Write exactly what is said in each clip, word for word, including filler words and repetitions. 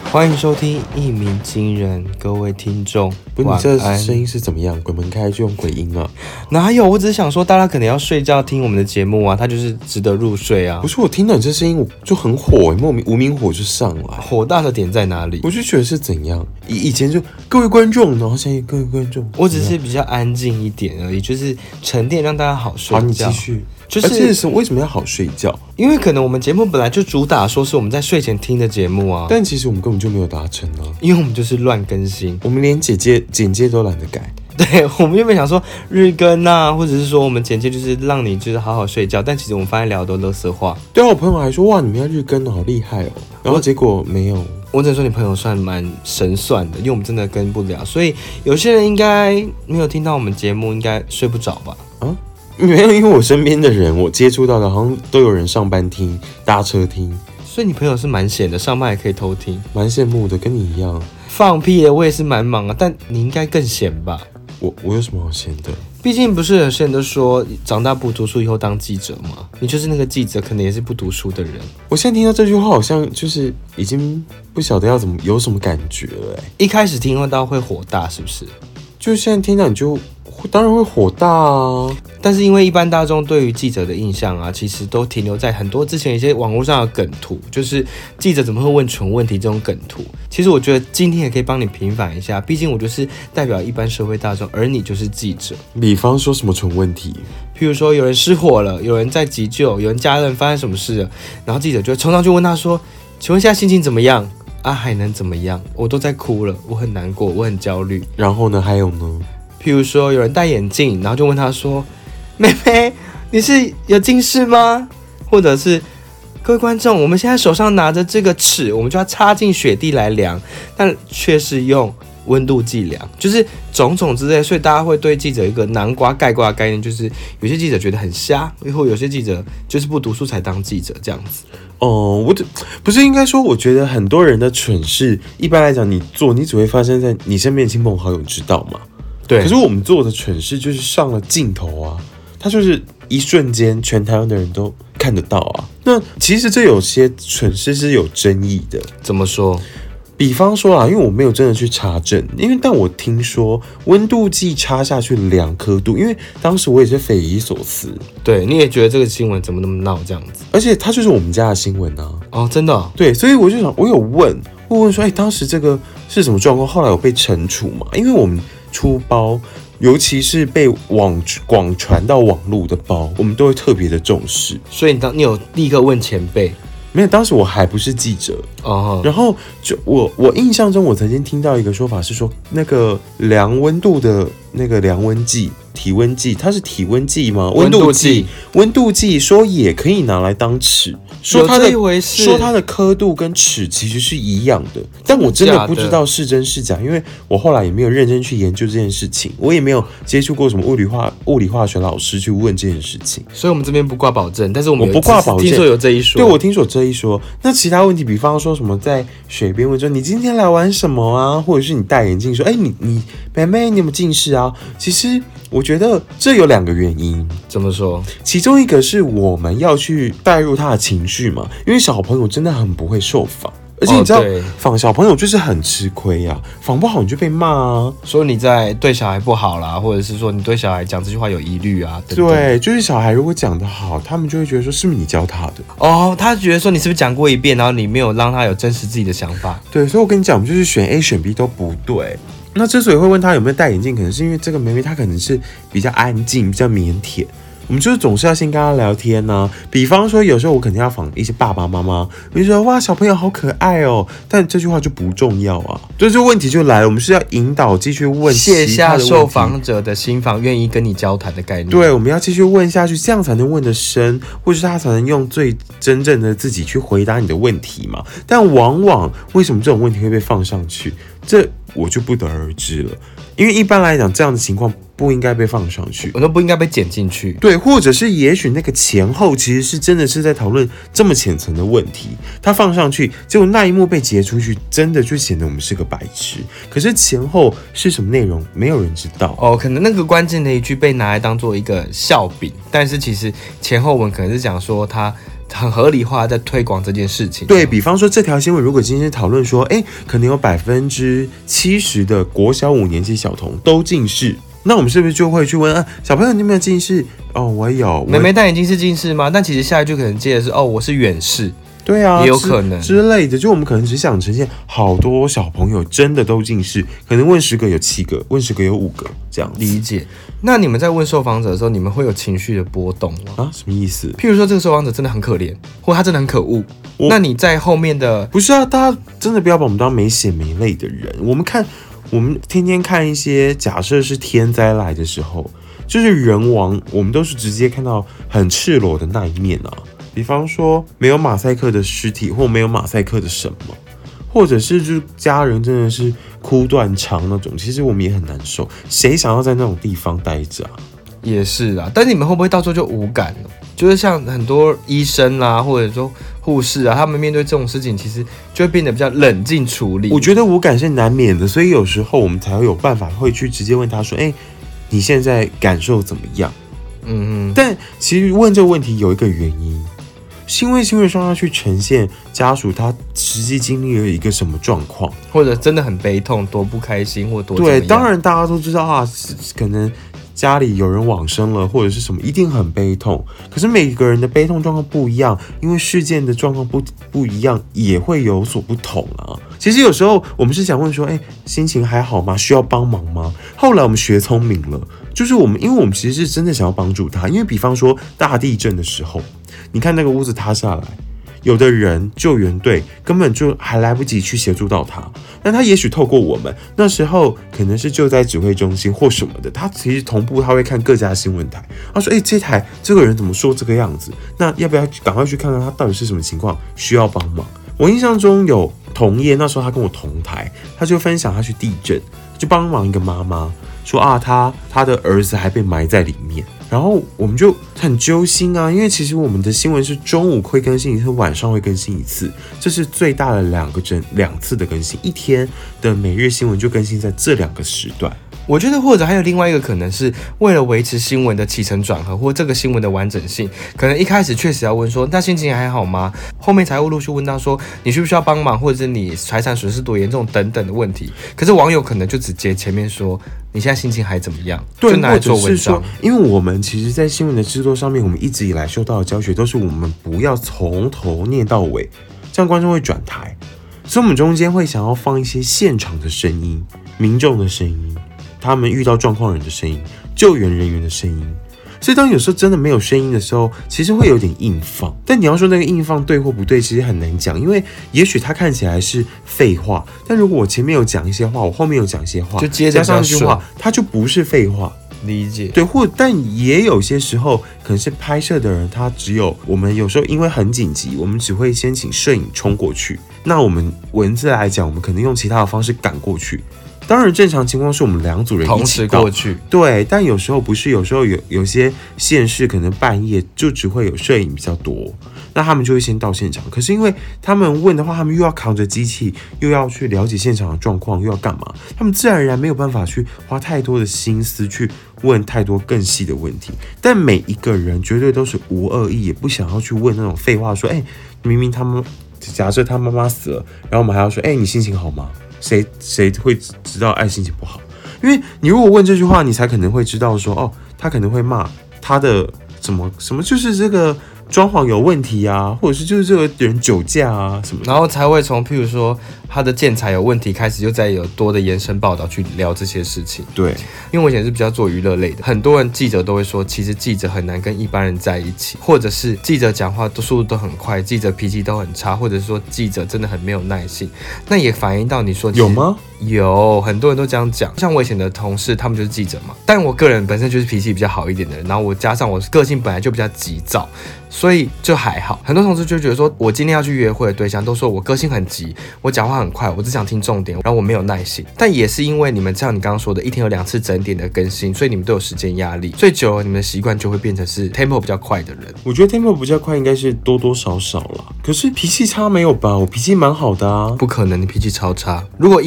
欢迎收听一鸣惊人，各位听众， 不是你这声音是怎么样？鬼门开就用鬼音啊？ 哪有？我只是想说，大家可能要睡觉听我们的节目啊，它就是值得入睡啊。 不是，我听到你这声音我就很火，莫名无名火就上来。 火大的点在哪里？ 我就觉得是怎样？以以前就各位观众，然后现在各位观众， 我只是比较安静一点而已，就是沉淀让大家好睡觉。 好，你继续。 就是而且是为什么要好睡觉？ 因为可能我们节目本来就主打说是我们在睡前听的节目啊， 但其实我们根本就没有达成啊， 因为我们就是乱更新， 我们连简介简介都懒得改。 对，我们原本想说日更啊，或者是说我们简介就是让你就是好好睡觉，但其实我们发现聊的都垃圾话。 对啊，我朋友还说哇，你们要日更好厉害哦，然后结果没有。 我只能说你朋友算蛮神算的，因为我们真的跟不了，所以有些人应该没有听到我们节目，应该睡不着吧？ 啊？没有，因为我身边的人，我接触到的好像都有人上班听、搭车听， 所以你朋友是蛮闲的，上班也可以偷听， 蛮羡慕的，跟你一样。 放屁的，我也是蛮忙啊，但你应该更闲吧？ 我我有什么好闲的？ 毕竟不是有些人都说长大不读书，以后当记者嘛，你就是那个记者，可能也是不读书的人。 我现在听到这句话，好像就是已经不晓得要怎么有什么感觉了、欸。 一开始听到会火大，是不是？ 就现在听到你就当然会火大啊。 但是因为一般大众对于记者的印象啊，其实都停留在很多之前一些网络上的梗图，就是记者怎么会问蠢问题这种梗图。其实我觉得今天也可以帮你平反一下，毕竟我就是代表一般社会大众，而你就是记者。 比方说什么蠢问题？ 譬如说有人失火了，有人在急救，有人家人发生什么事了，然后记者就会冲上去问他说：“请问现在心情怎么样？啊，还能怎么样？我都在哭了，我很难过，我很焦虑。” 然后呢？还有呢？ 譬如说有人戴眼镜，然后就问他说：“妹妹，你是有近视吗？”或者是各位观众，我们现在手上拿着这个尺，我们就要插进雪地来量，但却是用温度计量，就是种种之类，所以大家会对记者一个南瓜盖瓜的概念，就是有些记者觉得很瞎，或有些记者就是不读书才当记者这样子。 哦，我不是应该说，我觉得很多人的蠢事，一般来讲，你做你只会发生在你身边的亲朋好友知道嘛。 对， 可是我们做的蠢事就是上了镜头啊，它就是一瞬间全台湾的人都看得到啊。那其实这有些蠢事是有争议的。 怎么说？ 比方说啦，因为我没有真的去查证，因为但我听说温度计插下去两颗度，因为当时我也是匪夷所思。 对，你也觉得这个新闻怎么那么闹这样子？ 而且它就是我们家的新闻啊。 哦，真的、哦？ 对，所以我就想，我有问，我问说，哎、欸，当时这个是什么状况？后来有被惩处嘛？因为我们出包，尤其是被网广传到网络的包，我们都会特别的重视。 所以你当你有立刻问前辈？ 没有，当时我还不是记者哦。 然后就我我印象中，我曾经听到一个说法是说，那个量温度的那个量温计、体温计，它是体温计吗？温度计，温度计说也可以拿来当尺，说它的说它的刻度跟尺其实是一样的，但我真的不知道是真是假，因为我后来也没有认真去研究这件事情，我也没有接触过什么物理化物理化学老师去问这件事情， 所以我们这边不挂保证，但是我们我不挂保证， 听说有这一说， 对，我听说有这一说。那其他问题，比方说什么在水边问说你今天来玩什么啊，或者是你戴眼镜说，哎、欸，你你妹妹你有没有近视啊？其实我觉得这有两个原因。 怎么说？ 其中一个是我们要去带入他的情绪嘛，因为小朋友真的很不会受访。而且你知道，仿、哦、小朋友就是很吃亏啊，仿不好你就被骂啊， 说你在对小孩不好啦，或者是说你对小孩讲这句话有疑虑啊等等。 对，就是小孩如果讲得好，他们就会觉得说是不是你教他的哦，他觉得说你是不是讲过一遍，然后你没有让他有真实自己的想法。 对，所以我跟你讲，我们就是选 A 选 B 都不对。那之所以会问他有没有戴眼镜，可能是因为这个妹妹她可能是比较安静、比较腼腆。我们就是总是要先跟他聊天呐、啊，比方说有时候我肯定要访一些爸爸妈妈，我就说哇小朋友好可爱哦，但这句话就不重要啊，所以这问题就来了，我们是要引导继续问卸下受访者的心防，愿意跟你交谈的概念。 对，我们要继续问下去，这样才能问得深，或是他才能用最真正的自己去回答你的问题嘛。但往往为什么这种问题会被放上去，这我就不得而知了。因为一般来讲，这样的情况不应该被放上去， 我都不应该被剪进去。 对，或者是也许那个前后其实是真的是在讨论这么浅层的问题，他放上去，结果那一幕被截出去，真的就显得我们是个白痴。可是前后是什么内容，没有人知道哦。可能那个关键的一句被拿来当做一个笑柄，但是其实前后文可能是讲说他很合理化在推广这件事情。 对，比方说这条新闻，如果今天讨论说，哎，可能有百分之七十的国小五年级小童都近视，那我们是不是就会去问啊，小朋友你有没有近视？哦，我有。 妹妹戴眼镜是近视吗？但其实下一句可能接的是哦，我是远视。 对啊， 也有可能之, 之类的，就我们可能只想呈现好多小朋友真的都近视，可能问十个有七个，问十个有五个这样子。 理解。那你们在问受访者的时候，你们会有情绪的波动吗？ 啊，什么意思？ 譬如说这个受访者真的很可怜，或他真的很可恶，那你在后面的不是啊？大家真的不要把我们当没血没泪的人。我们看，我们天天看一些假设是天灾来的时候，就是人亡，我们都是直接看到很赤裸的那一面啊。比方说没有马赛克的尸体，或没有马赛克的什么，或者是就家人真的是哭断肠那种，其实我们也很难受。谁想要在那种地方待着啊？ 也是啊，但是你们会不会到时候就无感了？就是像很多医生啦，或者说护士啊，他们面对这种事情，其实就会变得比较冷静处理。 我觉得无感是难免的，所以有时候我们才会有办法会去直接问他说：“哎、欸，你现在感受怎么样？”嗯，但其实问这个问题有一个原因。是因为新闻上要去呈现家属他实际经历了一个什么状况， 或者真的很悲痛、多不开心或多怎么样。 对，当然大家都知道啊，可能家里有人往生了或者是什么，一定很悲痛。可是每个人的悲痛状况不一样，因为事件的状况不不一样，也会有所不同啊。其实有时候我们是想问说，哎、欸，心情还好吗？需要帮忙吗？后来我们学聪明了，就是我们，因为我们其实是真的想要帮助他。因为比方说大地震的时候，你看那个屋子塌下来，有的人救援队根本就还来不及去协助到他，但他也许透过我们那时候可能是救灾指挥中心或什么的，他其实同步他会看各家新闻台，他说：“哎、欸，这台这个人怎么说这个样子？那要不要赶快去看看他到底是什么情况，需要帮忙？”我印象中有同业，那时候他跟我同台，他就分享他去地震，就帮忙一个妈妈说啊，他他的儿子还被埋在里面。然后我们就很揪心啊，因为其实我们的新闻是中午会更新一次，晚上会更新一次，这是最大的两个整两次的更新，一天的每日新闻就更新在这两个时段。 我觉得或者还有另外一个可能是为了维持新闻的起承转合或这个新闻的完整性，可能一开始确实要问说那心情还好吗，后面才会陆续问到说你需不需要帮忙，或者是你财产损失多严重等等的问题。可是网友可能就只接前面说你现在心情还怎么样， 对， 就拿来做文章。 或者是说，因为我们其实在新闻的制作上面，我们一直以来受到的教学都是我们不要从头念到尾，这样观众会转台，所以我们中间会想要放一些现场的声音、民众的声音，他们遇到状况人的声音，救援人员的声音。所以当有时候真的没有声音的时候，其实会有点硬放。但你要说那个硬放对或不对，其实很难讲，因为也许它看起来是废话，但如果我前面有讲一些话，我后面有讲一些话， 就接着加上一句话，它就不是废话。 理解。 对，或但也有些时候可能是拍摄的人，他只有我们有时候因为很紧急，我们只会先请摄影冲过去。那我们文字来讲，我们可能用其他的方式赶过去。当然，正常情况是我们两组人一起同时过去， 对。但有时候不是，有时候有有些县市可能半夜就只会有摄影比较多，那他们就会先到现场。可是因为他们问的话，他们又要扛着机器，又要去了解现场的状况，又要干嘛？他们自然而然没有办法去花太多的心思去问太多更细的问题。但每一个人绝对都是无恶意，也不想要去问那种废话，说：“哎、欸，明明他们假设他妈妈死了，然后我们还要说：‘哎、欸，你心情好吗？’谁谁会知道爱心情不好？因为你如果问这句话，你才可能会知道说，哦，他可能会骂他的什么什么，就是这个装潢有问题啊，或者是就是这个人酒驾啊什么， 然后才会从譬如说他的建材有问题开始，就再有多的延伸报道去聊这些事情。 对， 因为我以前是比较做娱乐类的，很多人记者都会说，其实记者很难跟一般人在一起，或者是记者讲话速度都很快，记者脾气都很差，或者是说记者真的很没有耐性。那也反映到你说有吗？ 有，很多人都这样讲。像我以前的同事，他们就是记者嘛，但我个人本身就是脾气比较好一点的人，然后我加上我个性本来就比较急躁，所以就还好。很多同事就觉得说，我今天要去约会的对象都说我个性很急，我讲话很快，我只想听重点，然后我没有耐心。但也是因为你们像你刚刚说的，一天有两次整点的更新，所以你们都有时间压力，所以久了你们的习惯就会变成是 tempo 比较快的人。 我觉得 tempo 比较快应该是多多少少啦，可是脾气差没有吧？我脾气蛮好的啊。 不可能，你脾气超差。如果一到十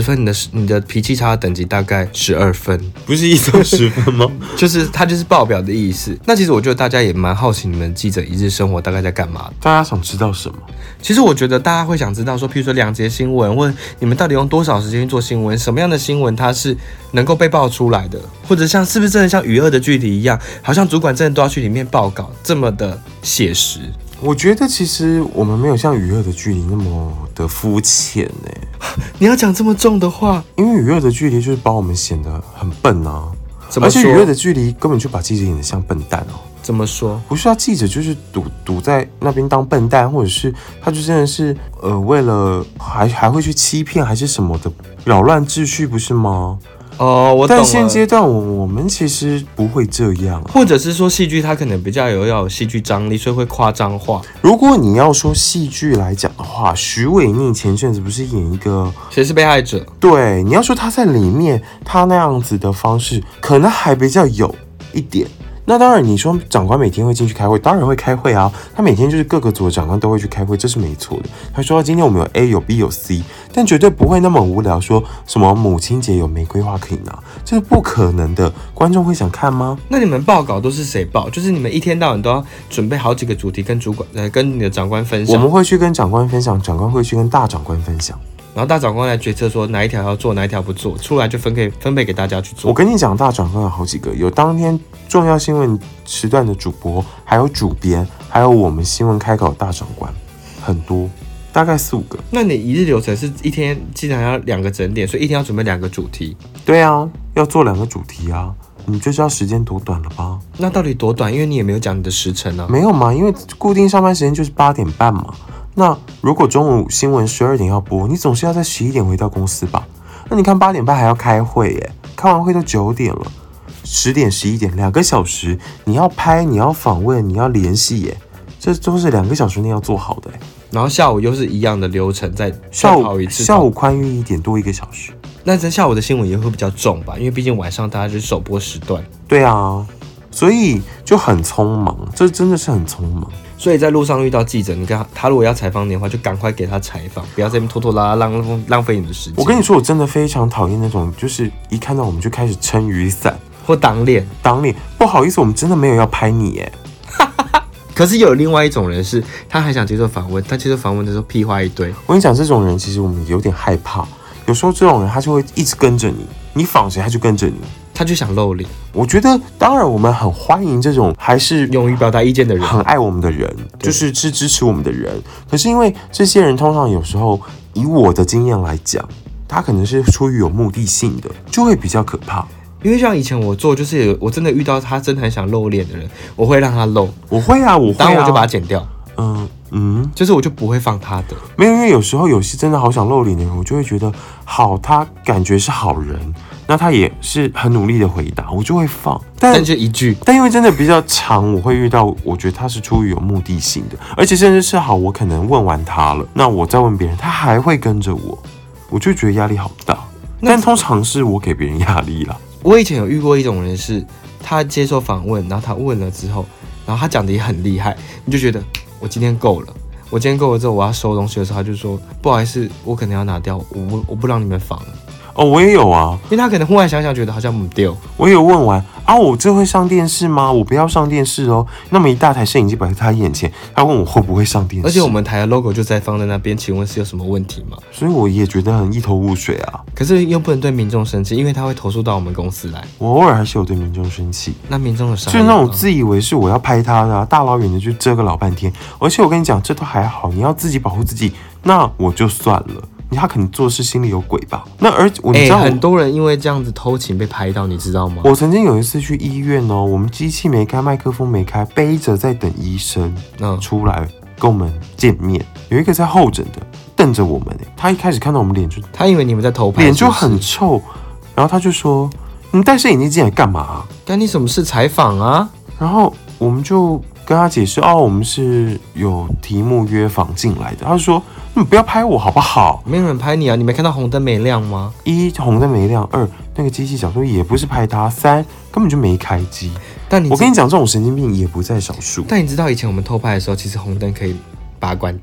分，你的你的脾气差的等级大概十二分， 不是一到十分吗？ 就是它就是爆表的意思。那其实我觉得大家也蛮好奇你们记者一日生活大概在干嘛的。 大家想知道什么？ 其实我觉得大家会想知道说，譬如说两节新闻，或者你们到底用多少时间去做新闻，什么样的新闻它是能够被爆出来的，或者像是不是真的像与恶的距离一样，好像主管真的都要去里面报告，这么的写实。 我觉得其实我们没有像与恶的距离那么的肤浅哎。 你要讲这么重的话， 因为与恶的距离就是把我们显得很笨啊。 怎么说？ 而且与恶的距离根本就把记者演得像笨蛋哦。 怎么说？ 不是啊，记者就是堵堵在那边当笨蛋，或者是他就真的是呃为了还还会去欺骗还是什么的，扰乱秩序，不是吗？ 哦，我懂了。 但现阶段我我们其实不会这样、啊， 或者是说戏剧它可能比较有要有戏剧张力，所以会夸张化。 如果你要说戏剧来讲的话，许瑋甯前阵子不是演一个谁是被害者？ 对，你要说他在里面他那样子的方式，可能还比较有一点。那当然，你说长官每天会进去开会，当然会开会啊。他每天就是各个组的长官都会去开会，这是没错的。他说今天我们有 A 有 B 有 C， 但绝对不会那么无聊，说什么母亲节有玫瑰花可以拿，这是不可能的。观众会想看吗？ 那你们报稿都是谁报？就是你们一天到晚都要准备好几个主题跟主管呃跟你的长官分享。 我们会去跟长官分享，长官会去跟大长官分享。 然后大长官来决策说哪一条要做，哪一条不做，出来就分给分配给大家去做。 我跟你讲，大长官有好几个，有当天重要新闻时段的主播，还有主编，还有我们新闻开稿的大长官，很多，大概四五个。 那你一日流程是一天基本上要两个整点，所以一天要准备两个主题。 对啊，要做两个主题啊，你就知道时间多短了吧？ 那到底多短？因为你也没有讲你的时程啊。 没有嘛，因为固定上班时间就是八点半嘛。那如果中午新闻十二点要播，你总是要在十一点回到公司吧？那你看八点半还要开会耶，开完会都九点了，十点十一点两个小时，你要拍，你要访问，你要联系耶，这都是两个小时内要做好的耶。 然后下午又是一样的流程，再下午跑一次。 下午宽裕一点，多一个小时。 那在下午的新闻也会比较重吧，因为毕竟晚上大家就是首播时段。 对啊，所以就很匆忙，这真的是很匆忙。 所以在路上遇到记者，你跟他，他如果要采访你的话，就赶快给他采访，不要在那边拖拖拉拉浪浪费你的时间。 我跟你说，我真的非常讨厌那种，就是一看到我们就开始撑雨伞或挡脸， 挡脸。不好意思，我们真的没有要拍你耶。 可是有另外一种人是，他还想接受访问，他接受访问的时候屁话一堆。 我跟你讲，这种人其实我们有点害怕。有时候这种人他就会一直跟着你，你访谁他就跟着你。 他就想露脸。 我觉得，当然我们很欢迎这种还是勇于表达意见的人， 很爱我们的人，就是是支持我们的人。可是因为这些人通常有时候，以我的经验来讲，他可能是出于有目的性的，就会比较可怕。 因为像以前我做，就是有我真的遇到他真的很想露脸的人，我会让他露。 我会啊，我会啊， 然后我就把它剪掉。 嗯嗯， 就是我就不会放他的。 没有，因为有时候有些真的好想露脸的人，我就会觉得好，他感觉是好人。那他也是很努力的回答，我就会放，但但就一句， 但因为真的比较长，我会遇到，我觉得他是出于有目的性的，而且甚至是好，我可能问完他了，那我再问别人，他还会跟着我，我就觉得压力好大。但通常是我给别人压力啦。 我以前有遇过一种人是，他接受访问，然后他问了之后，然后他讲的也很厉害，你就觉得我今天够了。我今天够了之后，我要收东西的时候，他就说不好意思，我可能要拿掉，我不我不让你们访了。 哦，我也有啊， 因为他可能忽然想想，觉得好像不对。 我有问完啊，我这会上电视吗？我不要上电视哦。那么一大台摄影机摆在他眼前，他问我会不会上电视， 而且我们台的 logo 就在放在那边，请问是有什么问题吗？ 所以我也觉得很一头雾水啊。 可是又不能对民众生气，因为他会投诉到我们公司来。 我偶尔还是有对民众生气。 那民众的啥？ 就是那种自以为是我要拍他的、啊，大老远的就遮个老半天。而且我跟你讲，这都还好，你要自己保护自己，那我就算了。他可能做事心里有鬼吧？那而我你知道、欸， 很多人因为这样子偷情被拍到，你知道吗？ 我曾经有一次去医院哦，我们机器没开，麦克风没开，背着在等医生出来跟我们见面。有一个在候诊的瞪着我们，他一开始看到我们脸就， 他以为你们在偷拍， 脸就很臭，然后他就说：“你们带摄影机进来干嘛、啊？ 干你什么事？采访啊！” 然后我们就跟他解释：“哦，我们是有题目约访进来的。”他就说。你不要拍我好不好？ 没有人拍你啊！你没看到红灯没亮吗？ 一红灯没亮，二那个机器角度也不是拍他，三根本就没开机。 但你我跟你讲，这种神经病也不在少数。 但你知道以前我们偷拍的时候，其实红灯可以把它关掉。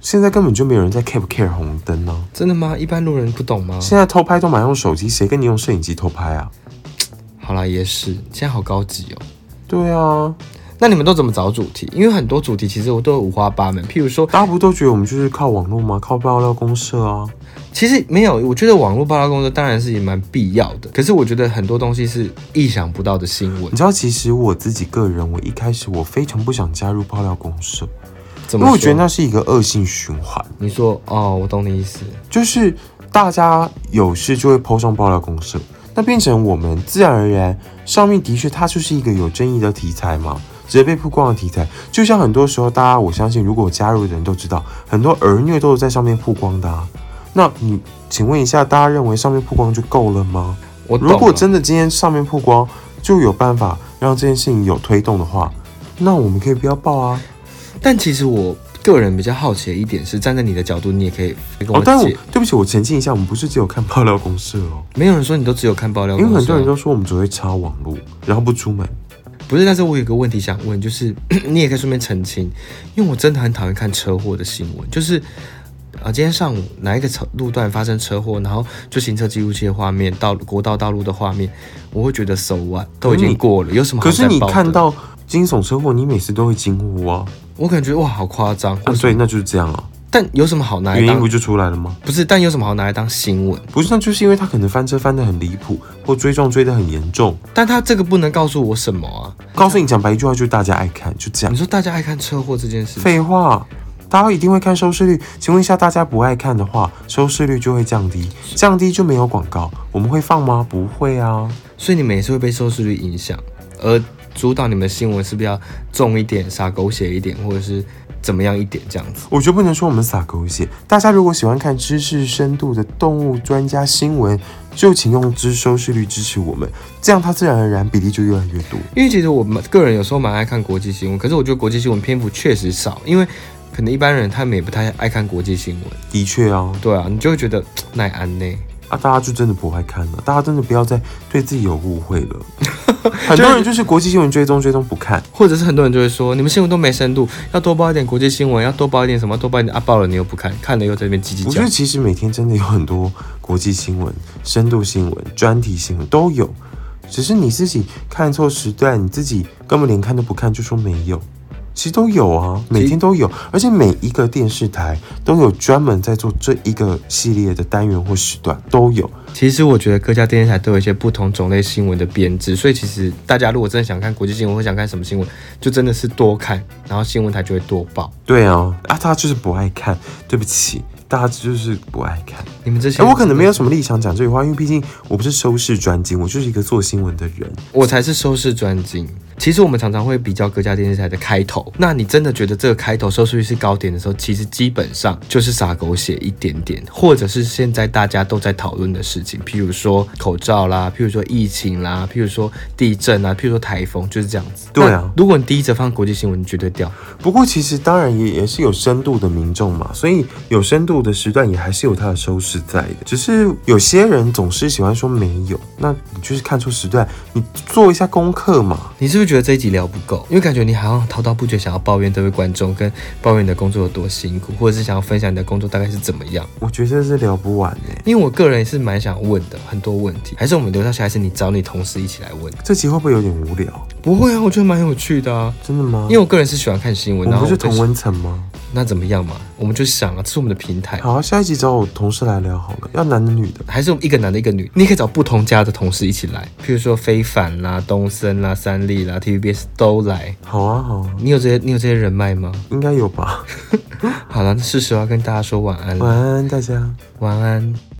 现在根本就没有人在 care 不 care 红灯啊。 真的吗？一般路人不懂吗？ 现在偷拍都蛮用手机，谁跟你用摄影机偷拍啊？ 好啦，也是，现在好高级哦。 对啊， 那你们都怎么找主题？因为很多主题其实我都有五花八门，譬如说， 大家不都觉得我们就是靠网络吗？靠爆料公社啊？ 其实没有，我觉得网络爆料公社当然是也蛮必要的，可是我觉得很多东西是意想不到的新闻。 你知道，其实我自己个人，我一开始我非常不想加入爆料公社， 怎么说？ 因为我觉得那是一个恶性循环。 你说哦，我懂你意思， 就是大家有事就会 po 上爆料公社，那变成我们自然而然上面的确它就是一个有争议的题材嘛。直接被曝光的题材，就像很多时候，大家我相信，如果加入的人都知道，很多儿虐都是在上面曝光的啊。那你请问一下，大家认为上面曝光就够了吗？ 我懂了。 如果真的今天上面曝光就有办法让这件事情有推动的话，那我们可以不要报啊。 但其实我个人比较好奇的一点是，站在你的角度，你也可以跟我解。 哦，但我对不起，我澄清一下，我们不是只有看爆料公社哦。 没有人说你都只有看爆料公社， 因为很多人都说我们只会插网络，然后不出门。 不是，但是我有个问题想问，就是你也可以顺便澄清，因为我真的很讨厌看车祸的新闻，就是啊，今天上午哪一个路段发生车祸，然后就行车记录器的画面、道国道道路的画面，我会觉得 so what 都已经过了，有什么好再报的？ 可是你看到惊悚车祸，你每次都会惊呼啊！ 我感觉哇，好夸张啊！对，那就是这样啊。 但有什么好拿来当？ 原因不就出来了吗？ 不是，但有什么好拿来当新闻？ 不是，那就是因为他可能翻车翻得很离谱，或追撞追得很严重。 但他这个不能告诉我什么啊？ 告诉你讲白一句话，就是大家爱看，就这样。 你说大家爱看车祸这件事？ 废话，大家一定会看收视率。请问一下，大家不爱看的话，收视率就会降低，降低就没有广告，我们会放吗？不会啊。 所以你们也是会被收视率影响，而主导你们的新闻是不是要重一点、洒狗血一点，或者是？怎么样一点这样子？ 我觉得不能说我们撒狗血。大家如果喜欢看知识深度的动物专家新闻，就请用支收视率支持我们，这样它自然而然比例就越来越多。 因为其实我们个人有时候蛮爱看国际新闻，可是我觉得国际新闻篇幅确实少，因为可能一般人他们也不太爱看国际新闻。 的确啊， 对啊，你就会觉得奈安呢。 啊，大家就真的不爱看了，大家真的不要再对自己有误会了。很多人就是国际新闻追踪追踪不看， 或者是很多人就会说你们新闻都没深度，要多报一点国际新闻，要多报一点什么，多报一点啊，报了你又不看，看了又在那边叽叽叫。 我觉得其实每天真的有很多国际新闻、深度新闻、专题新闻都有，只是你自己看错时段，你自己根本连看都不看就说没有。其实都有啊，每天都有，而且每一个电视台都有专门在做这一个系列的单元或时段都有。 其实我觉得各家电视台都有一些不同种类新闻的编制，所以其实大家如果真的想看国际新闻或想看什么新闻，就真的是多看，然后新闻台就会多报。 对啊，啊，大家就是不爱看，对不起。大家就是不爱看， 你们这些、 欸，我可能没有什么立场讲这句话，因为毕竟我不是收视专精，我就是一个做新闻的人， 我才是收视专精。其实我们常常会比较各家电视台的开头，那你真的觉得这个开头收视率是高点的时候，其实基本上就是撒狗血一点点，或者是现在大家都在讨论的事情，譬如说口罩啦，譬如说疫情啦，譬如说地震啊，譬如说台风，就是这样子。 对啊， 如果你第一则放国际新闻，你绝对掉。 不过其实当然也也是有深度的民众嘛，所以有深度的时段也还是有它的收视在的，只是有些人总是喜欢说没有，那你就是看错时段，你做一下功课嘛。 你是不是觉得这一集聊不够？因为感觉你好像滔滔不绝想要抱怨这位观众，跟抱怨你的工作有多辛苦，或者是想要分享你的工作大概是怎么样。 我觉得是聊不完哎、欸， 因为我个人也是蛮想问的，很多问题，还是我们留到下一次你找你同事一起来问。 这集会不会有点无聊？ 不会啊，我觉得蛮有趣的啊。 真的吗？ 因为我个人是喜欢看新闻， 我们不是然后同温层吗？ 那怎么样嘛？我们就想啊，这是我们的平台。 好啊，下一集找我同事来聊好了，要男的女的， 还是我们一个男的一个女的？你也可以找不同家的同事一起来，譬如说非凡啦、东森啦、三立啦、T V B S 都来。 好啊，好啊。 你有这些，你有这些人脉吗？ 应该有吧。 好了，那是时候要跟大家说晚安了。 晚安，大家。 晚安。